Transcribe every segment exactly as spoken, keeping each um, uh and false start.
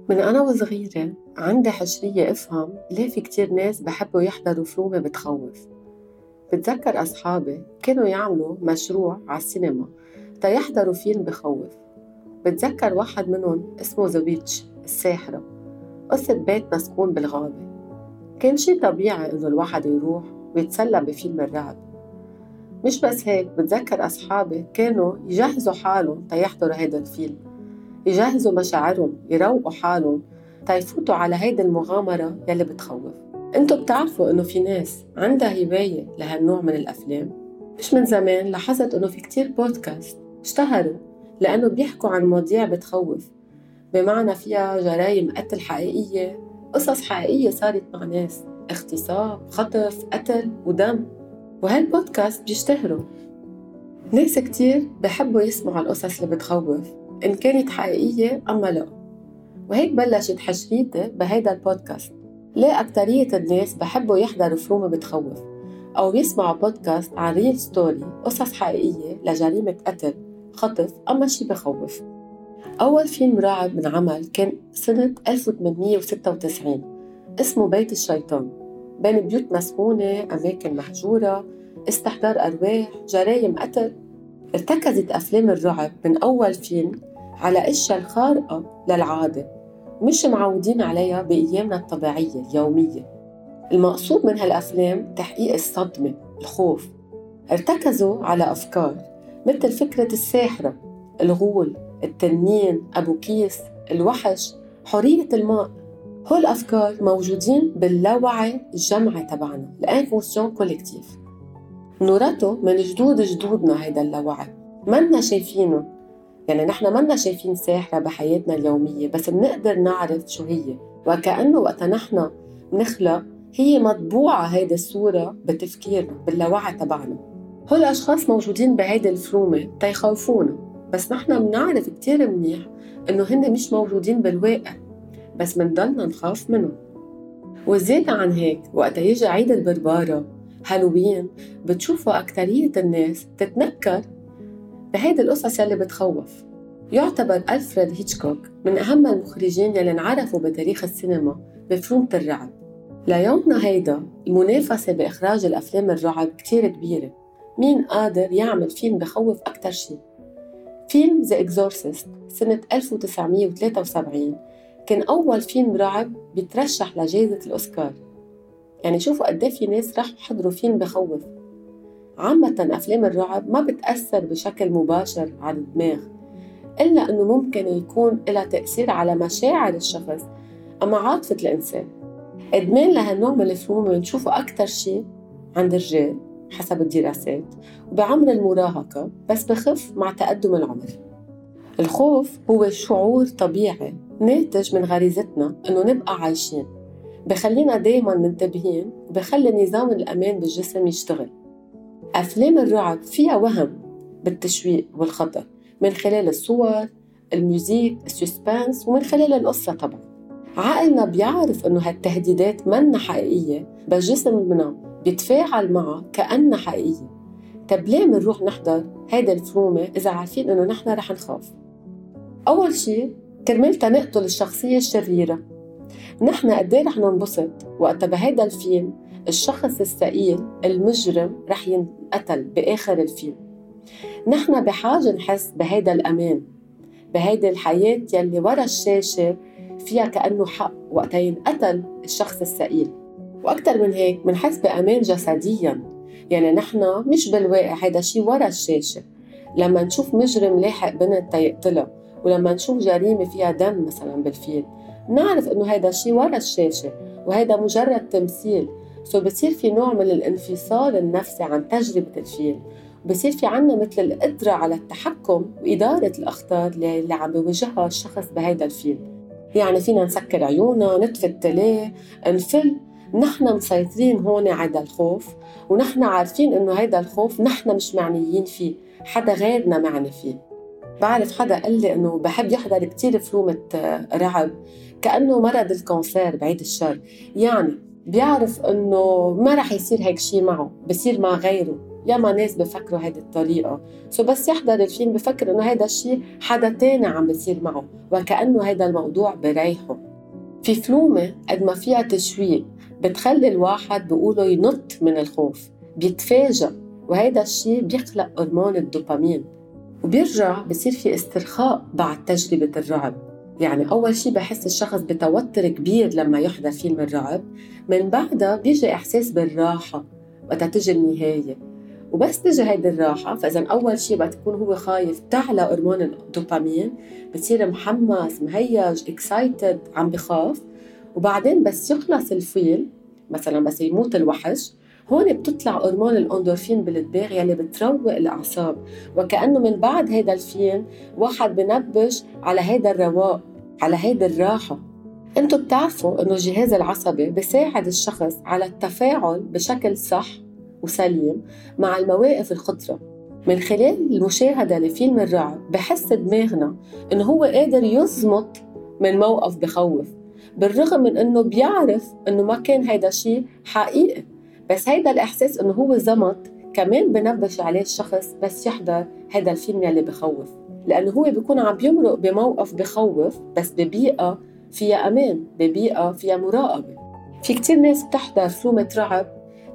من أنا وصغيرة عندي حشرية أفهم ليه في كتير ناس بحبوا يحضروا فيلم بتخوف. بتذكر أصحابي كانوا يعملوا مشروع على السينما تا يحضروا فيلم بخوف. بتذكر واحد منهم اسمه ذا ويتش الساحرة، قصة بيت مسكون بالغابة. كان شي طبيعي إنه الواحد يروح ويتسلى بفيلم الرعب. مش بس هيك، بتذكر أصحابي كانوا يجهزوا حالهم تا يحضروا هيدا الفيلم، يجهزوا مشاعرهم، يروقوا حالهم تيفوتوا على هيدي المغامرة يلي بتخوف. انتو بتعرفوا انه في ناس عندها هواية لهالنوع من الأفلام؟ مش من زمان لاحظت انه في كتير بودكاست اشتهروا لأنه بيحكوا عن مواضيع بتخوف، بمعنى فيها جرائم قتل حقيقية، قصص حقيقية صارت مع ناس، اغتصاب، خطف، قتل ودم. وهالبودكاست بيشتهروا، ناس كتير بحبوا يسمعوا القصص اللي بتخوف إن كانت حقيقية أما لا. وهيك بلشت حشريتي بهيدا البودكاست. ليه أكترية الناس بحبوا يحضروا فيلم بتخوف أو يسمعوا بودكاست عن ريل ستوري، قصص حقيقية لجريمة قتل، خطف أما شي بخوف. أول فيلم رعب من عمل كان سنة ألف وثمانمية وستة وتسعين، اسمه بيت الشيطان. بين بيوت مسكونة، أماكن محجورة، استحضار أرواح، جرايم قتل. ارتكزت أفلام الرعب من أول فيلم على أشياء الخارقة للعادة مش معودين عليها بأيامنا الطبيعية اليومية. المقصود من هالأفلام تحقيق الصدمة، الخوف. ارتكزوا على أفكار مثل فكرة الساحرة، الغول، التنين، أبو كيس، الوحش، حورية الماء. هول الأفكار موجودين باللاوعي الجمعي تبعنا، الانكونسيون كوليكتيف، نورته من جدود جدودنا. هيدا اللاوعي منا شايفينه، يعني نحن منا شايفين ساحرة بحياتنا اليومية، بس بنقدر نعرف شو هي، وكأنه وقت نحن بنخلق هي مطبوعة هيدا الصورة بتفكيرنا باللاوعي تبعنا. هول الأشخاص موجودين بهيدا الفرومة تيخوفونا، بس نحن بنعرف كتير منيح إنه هن مش موجودين بالواقع، بس منضلنا نخاف منهم. وزيادة عن هيك، وقت يجي عيد البربارة هالوين، بتشوفوا أكترية الناس تتنكر بهيدي القصص يلي بتخوف. يعتبر ألفريد هيتشكوك من أهم المخرجين يلي انعرفوا بتاريخ السينما بفرومة الرعب. ليومنا هيدا المنافسة بإخراج الأفلام الرعب كتير كبيرة. مين قادر يعمل فيلم بخوف أكتر شي؟ فيلم The Exorcist سنة ألف وتسعمية وثلاثة وسبعين كان أول فيلم رعب بيترشح لجائزة الأوسكار. يعني شوفوا قديه في ناس راحوا حضروا فيلم بخوف. عامة أفلام الرعب ما بتأثر بشكل مباشر على الدماغ، إلا أنه ممكن يكون لها تأثير على مشاعر الشخص أما عاطفة الإنسان. إدمان لهالنوع من الفيلم نشوفه أكتر شيء عند الرجال حسب الدراسات وبعمر المراهقة، بس بخف مع تقدم العمر. الخوف هو شعور طبيعي ناتج من غريزتنا أنه نبقى عايشين، بخلينا دايما منتبهين وبخلي نظام الأمان بالجسم يشتغل. أفلام الرعب فيها وهم بالتشويق والخطر من خلال الصور، الموسيقى، السسبانس، ومن خلال القصة طبعا. عقلنا بيعرف إنه هالتهديدات منا حقيقية، بس جسمنا بيتفاعل معها كأنها حقيقية. طب ليه منروح نحضر هيدا الفرومة إذا عارفين إنه نحن رح نخاف؟ أول شي كرمال تنقتل الشخصية الشريرة. نحن قديه رح ننبسط وقت بهيدا الفيلم الشخص الثقيل المجرم رح ينقتل بآخر الفيلم. نحن بحاجة نحس بهيدا الأمان، بهيدا الحياة يلي ورا الشاشة فيها كأنه حق وقت ينقتل الشخص الثقيل. وأكتر من هيك منحس بأمان جسدياً، يعني نحن مش بالواقع، هيدا شي ورا الشاشة. لما نشوف مجرم لاحق بنت تيقتلها، ولما نشوف جريمة فيها دم مثلاً بالفيلم، نعرف إنه هيدا شي ورا الشاشة وهيدا مجرد تمثيل. سو بصير في نوع من الانفصال النفسي عن تجربة الفيلم، وبصير في عنا مثل القدرة على التحكم وإدارة الأخطار اللي عم بيواجهها الشخص بهيدا الفيلم. يعني فينا نسكر عيونا، نطفي التلاه، نفل، نحن مسيطرين هون على الخوف، ونحن عارفين إنه هيدا الخوف نحن مش معنيين فيه، حدا غيرنا معني فيه. بعرف حدا قال لي إنه بحب يحضر كتير فلومة رعب كأنه مرض الكانسير بعيد الشر، يعني بيعرف إنه ما رح يصير هيك شي معه، بصير مع غيره ياما ناس بفكروا هيدي الطريقة، سو بس يحضر الفيلم بفكر إنه هيدا الشيء حدا تاني عم بيصير معه، وكأنه هيدا الموضوع بريحه. في فلومة قد ما فيها تشويق بتخلي الواحد بيقولوا ينط من الخوف، بيتفاجأ، وهيدا الشيء بيخلق هرمون الدوبامين، وبيرجع بصير في استرخاء بعد تجربة الرعب. يعني أول شيء بحس الشخص بتوتر كبير لما يحضر فيلم الرعب، من بعدها بيجي إحساس بالراحة وقت تجي النهاية. وبس تجي هيدي الراحة، فإذا أول شيء بقى تكون هو خايف تعلى هرمون الدوبامين، بصير محمس مهيج اكسايتد عم بخاف. وبعدين بس يخلص الفيلم، مثلا بس يموت الوحش، هون بتطلع هرمون الاندورفين بالدماغ يلي بتروق الأعصاب، وكأنه من بعد هيدا الفيلم واحد بنبش على هيدا الرواق، على هيدا الراحة. انتو بتعرفوا انه الجهاز العصبي بيساعد الشخص على التفاعل بشكل صح وسليم مع المواقف الخطرة. من خلال المشاهدة لفيلم الرعب بحس دماغنا انه هو قادر يزمط من موقف بخوف، بالرغم من انه بيعرف انه ما كان هيدا شيء حقيقي، بس هيدا الإحساس إنه هو زمط كمان بنبش عليه الشخص بس يحضر هيدا الفيلم يلي بخوف، لأنه هو بيكون عم بيمرق بموقف بخوف بس ببيئة فيها أمان، ببيئة فيها مراقبة. في كتير ناس بتحضر فيلم رعب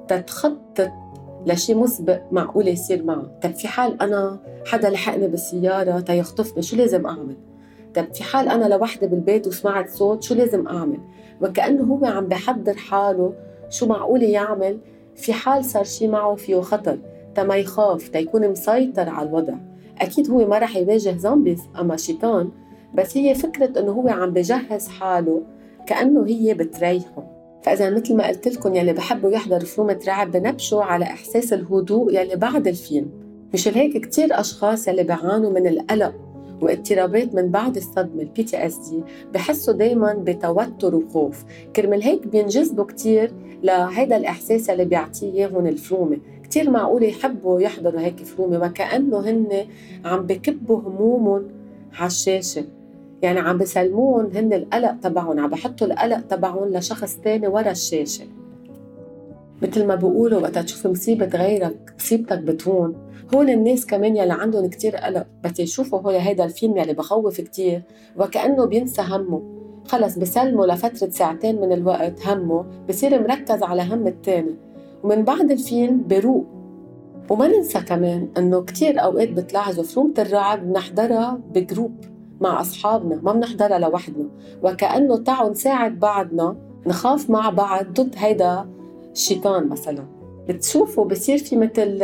تتخطط لشي مسبق معقول يصير معه. طب في حال أنا حدا لحقني بالسيارة تيخطفني، شو لازم أعمل؟ طب في حال أنا لوحدي بالبيت وسمعت صوت، شو لازم أعمل؟ وكأنه هو عم بحضر حاله شو معقول يعمل في حال صار شي معه فيه خطر، تما يخاف، تيكون مسيطر على الوضع. أكيد هو ما رح يواجه زومبيز أما شيطان، بس هي فكرة إنه هو عم بجهز حاله كأنه هي بتريحه. فإذا مثل ما قلت لكم يلي بحبوا يحضروا فيلم رعب بنبشوا على إحساس الهدوء يلي بعد الفيلم. مشان هيك كتير أشخاص يلي بيعانوا من القلق واضطرابات من بعد الصدمة البي تي اس دي بحسوا دايماً بتوتر وخوف، كرمال هيك بينجذبوا كتير لهيدا الإحساس اللي بيعطيه إياهم الفلومة. كتير معقول يحبوا يحضروا هيك فلومة وكأنه هن عم بكبوا همومهم على الشاشة، يعني عم بسلمون هن القلق تبعهم، عم بحطوا القلق تبعهم لشخص تاني ورا الشاشة. مثل ما بيقولوا وقت تشوف مصيبة غيرك مصيبتك بتهون. هول الناس كمان يلي عندهم كتير قلق بس يشوفوا هول هيدا الفيلم يلي بخوف كتير وكأنه بينسى همه، خلص بسلمه لفترة ساعتين من الوقت همه، بصير مركز على هم التاني، ومن بعد الفيلم بروق. وما ننسى كمان انه كتير اوقات بتلاحظوا فيلم الرعب بنحضرها بجروب مع اصحابنا، ما بنحضرها لوحدنا، وكأنه تعالوا نساعد بعضنا نخاف مع بعض ضد هيدا الشيطان. مثلا بتشوفوا بصير في مثل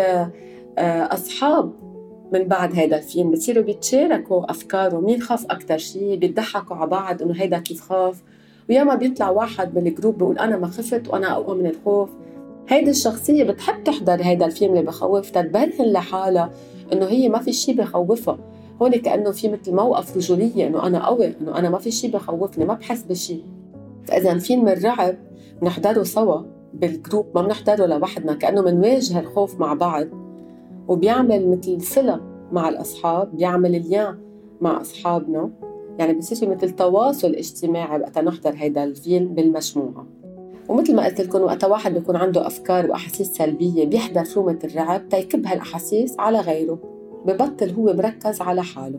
أصحاب من بعد هيدا الفيلم بصيروا بيتشاركوا أفكارهم، مين خاف أكتر شيء، بيتضحكوا على بعض إنه هيدا كيف خاف، وياما بيطلع واحد من الجروب بيقول أنا ما خفت وأنا أقوى من الخوف. هيدا الشخصية بتحب تحضر هيدا الفيلم اللي بخوف تتبرهن لحالها إنه هي ما في شيء بخوفها. هون كأنه في مثل موقف رجولية إنه أنا قوي، إنه أنا ما في شيء بخوفني، ما بحس بشيء. فإذا فيلم الرعب نحضره سوا بالجروب، ما بنحضره لوحدنا، كأنه منواجه الخوف مع بعض، وبيعمل مثل صلة مع الأصحاب، بيعمل اليان مع أصحابنا، يعني بصير في مثل تواصل اجتماعي وقت نحضر هيدا الفيلم بالمجموعة. ومثل ما قلت لكم وقت واحد بيكون عنده أفكار وأحاسيس سلبية بيحضر فيلم الرعب تيكب هالأحاسيس على غيره، ببطل هو مركز على حاله.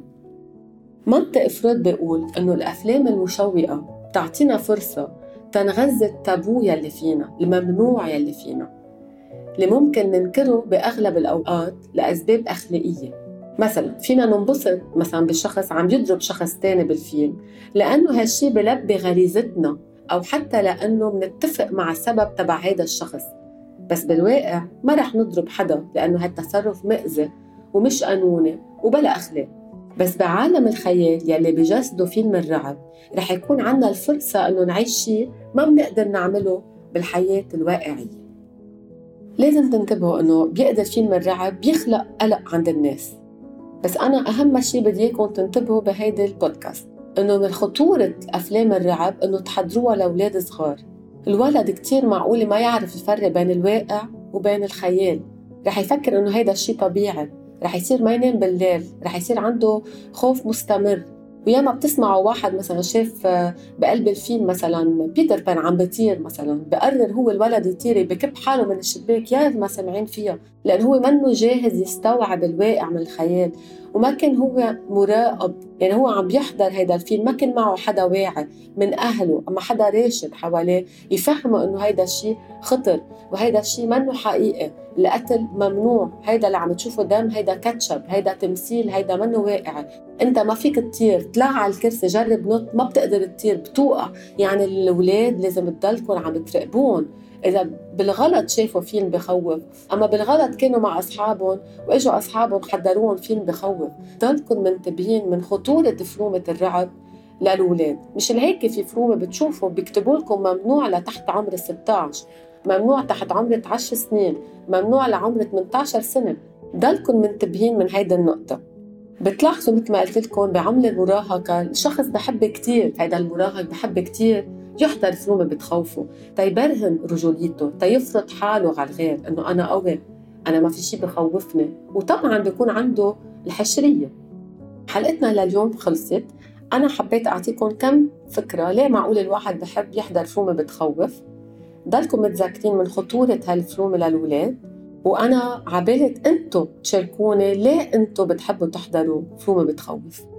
منطق فرويد بيقول إنه الأفلام المشوقة بتعطينا فرصة تنغذي التابو يلي فينا، الممنوع يلي فينا، اللي ممكن ننكره بأغلب الأوقات لأسباب أخلاقية. مثلا فينا ننبسط مثلا بالشخص عم يضرب شخص تاني بالفيلم لأنه هالشي بلبي غريزتنا، أو حتى لأنه منتفق مع السبب تبع هيدا الشخص، بس بالواقع ما رح نضرب حدا لأنه هالتصرف مأذي ومش قانوني وبلا أخلاق. بس بعالم الخيال يلي بجسده فيلم الرعب رح يكون عنا الفرصة أنه نعيش شيء ما بنقدر نعمله بالحياة الواقعية. لازم تنتبهوا أنه بيقدر فيلم الرعب بيخلق قلق عند الناس، بس أنا أهم شيء بدي إياكم تنتبهوا بهيدا البودكاست أنه من خطورة أفلام الرعب أنه تحضروها لأولاد صغار. الولد كتير معقول ما يعرف يفرق بين الواقع وبين الخيال، رح يفكر أنه هيدا الشيء طبيعي، رح يصير ما ينام بالليل، رح يصير عنده خوف مستمر، وياما بتسمعوا واحد مثلا شاف بقلب الفيلم مثلا بيتر بان عم بيطير مثلا، بقرر هو الولد يطير بكب حاله من الشباك، يا ما سمعين فيها، لأن هو منه جاهز يستوعب الواقع من الخيال، وما كان هو مراقب. يعني هو عم بيحضر هيدا الفيلم، ما كان معه حدا واعي من أهله أما حدا راشد حواليه يفهمه إنه هيدا الشيء خطر وهيدا الشيء منه حقيقي، القتل ممنوع، هيدا اللي عم تشوفه دم، هيدا كاتشب، هيدا تمثيل، هيدا منه واقعي. انت ما فيك تطير، طلع على الكرسي، جرب نط، ما بتقدر تطير، بتوقع. يعني الأولاد لازم تضلكم عم تراقبون إذا بالغلط شافوا فيلم بخوف، أما بالغلط كانوا مع أصحابهم وإجوا أصحابهم حضروهم فيلم بخوف، ضلكم منتبهين من خطورة فلومة الرعب للأولاد. مش هيك في فلومة بتشوفوا بيكتبوا لكم ممنوع لتحت عمر ستة عشر، ممنوع تحت عمر عشر سنين، ممنوع لعمر ثمانية عشر سنة. ضلكم منتبهين من هيدا النقطة. بتلاحظوا مثل ما قلت لكم بعمر المراهقة الشخص بحب كتير، هيدا المراهق بحب كتير يحضر فيلم بتخوفه تيبرهن رجوليته، تيفرض حاله على الغير انه انا قوي، انا ما في شي بخوفني، وطبعا بيكون عنده الحشرية. حلقتنا لليوم خلصت. انا حبيت اعطيكم كم فكرة ليه معقول الواحد بحب يحضر فيلم بتخوف. ضلكم متذكرين من خطورة هالفيلم للولاد، وأنا عبالة أنتو تشاركوني ليه أنتو بتحبوا تحضروا فيلم بتخوف.